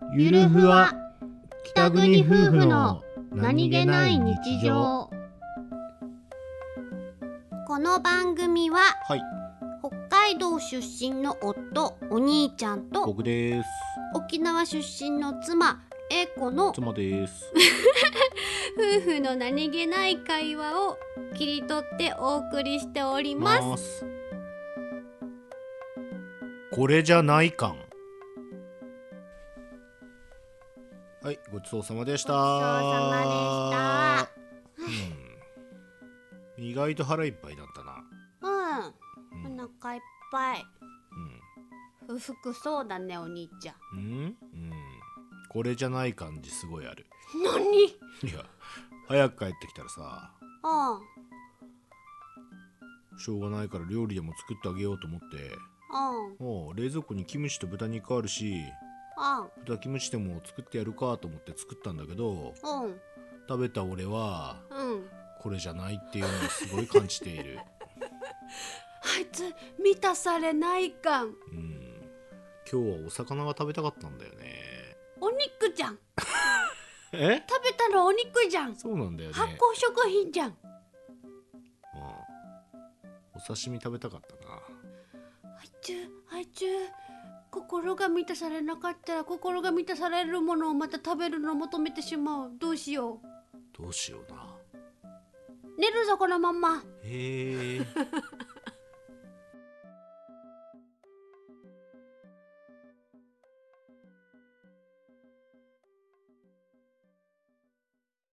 ゆるふわ北国夫婦の何気ない日常。 この番組は、 はい、 北海道出身の夫お兄ちゃんと僕です。 沖縄出身の妻英子の妻です。 夫婦の何気ない会話を切り取ってお送りしております。 これじゃない感。はい、ごちそうさまでした。 ごちそうさまでした。 意外と腹いっぱいだったな。 お腹いっぱい。不服そうだねお兄ちゃん。 これじゃない感じすごいある。 何？ いや、早く帰ってきたらさ、しょうがないから料理でも作ってあげようと思って、冷蔵庫にキムチと豚肉あるし、豚キムチでも作ってやるかと思って作ったんだけど、食べた俺は、これじゃないっていうのをすごい感じている。 あいつ満たされない感。 今日はお魚が食べたかったんだよね。 お肉じゃん。 食べたらお肉じゃん。 そうなんだよね。 発酵食品じゃん。 お刺身食べたかったな。 あいつ心が満たされなかったら心が満たされるものをまた食べるのを求めてしまう。どうしよう。 どうしような。 寝るぞこのまんま。 へえ。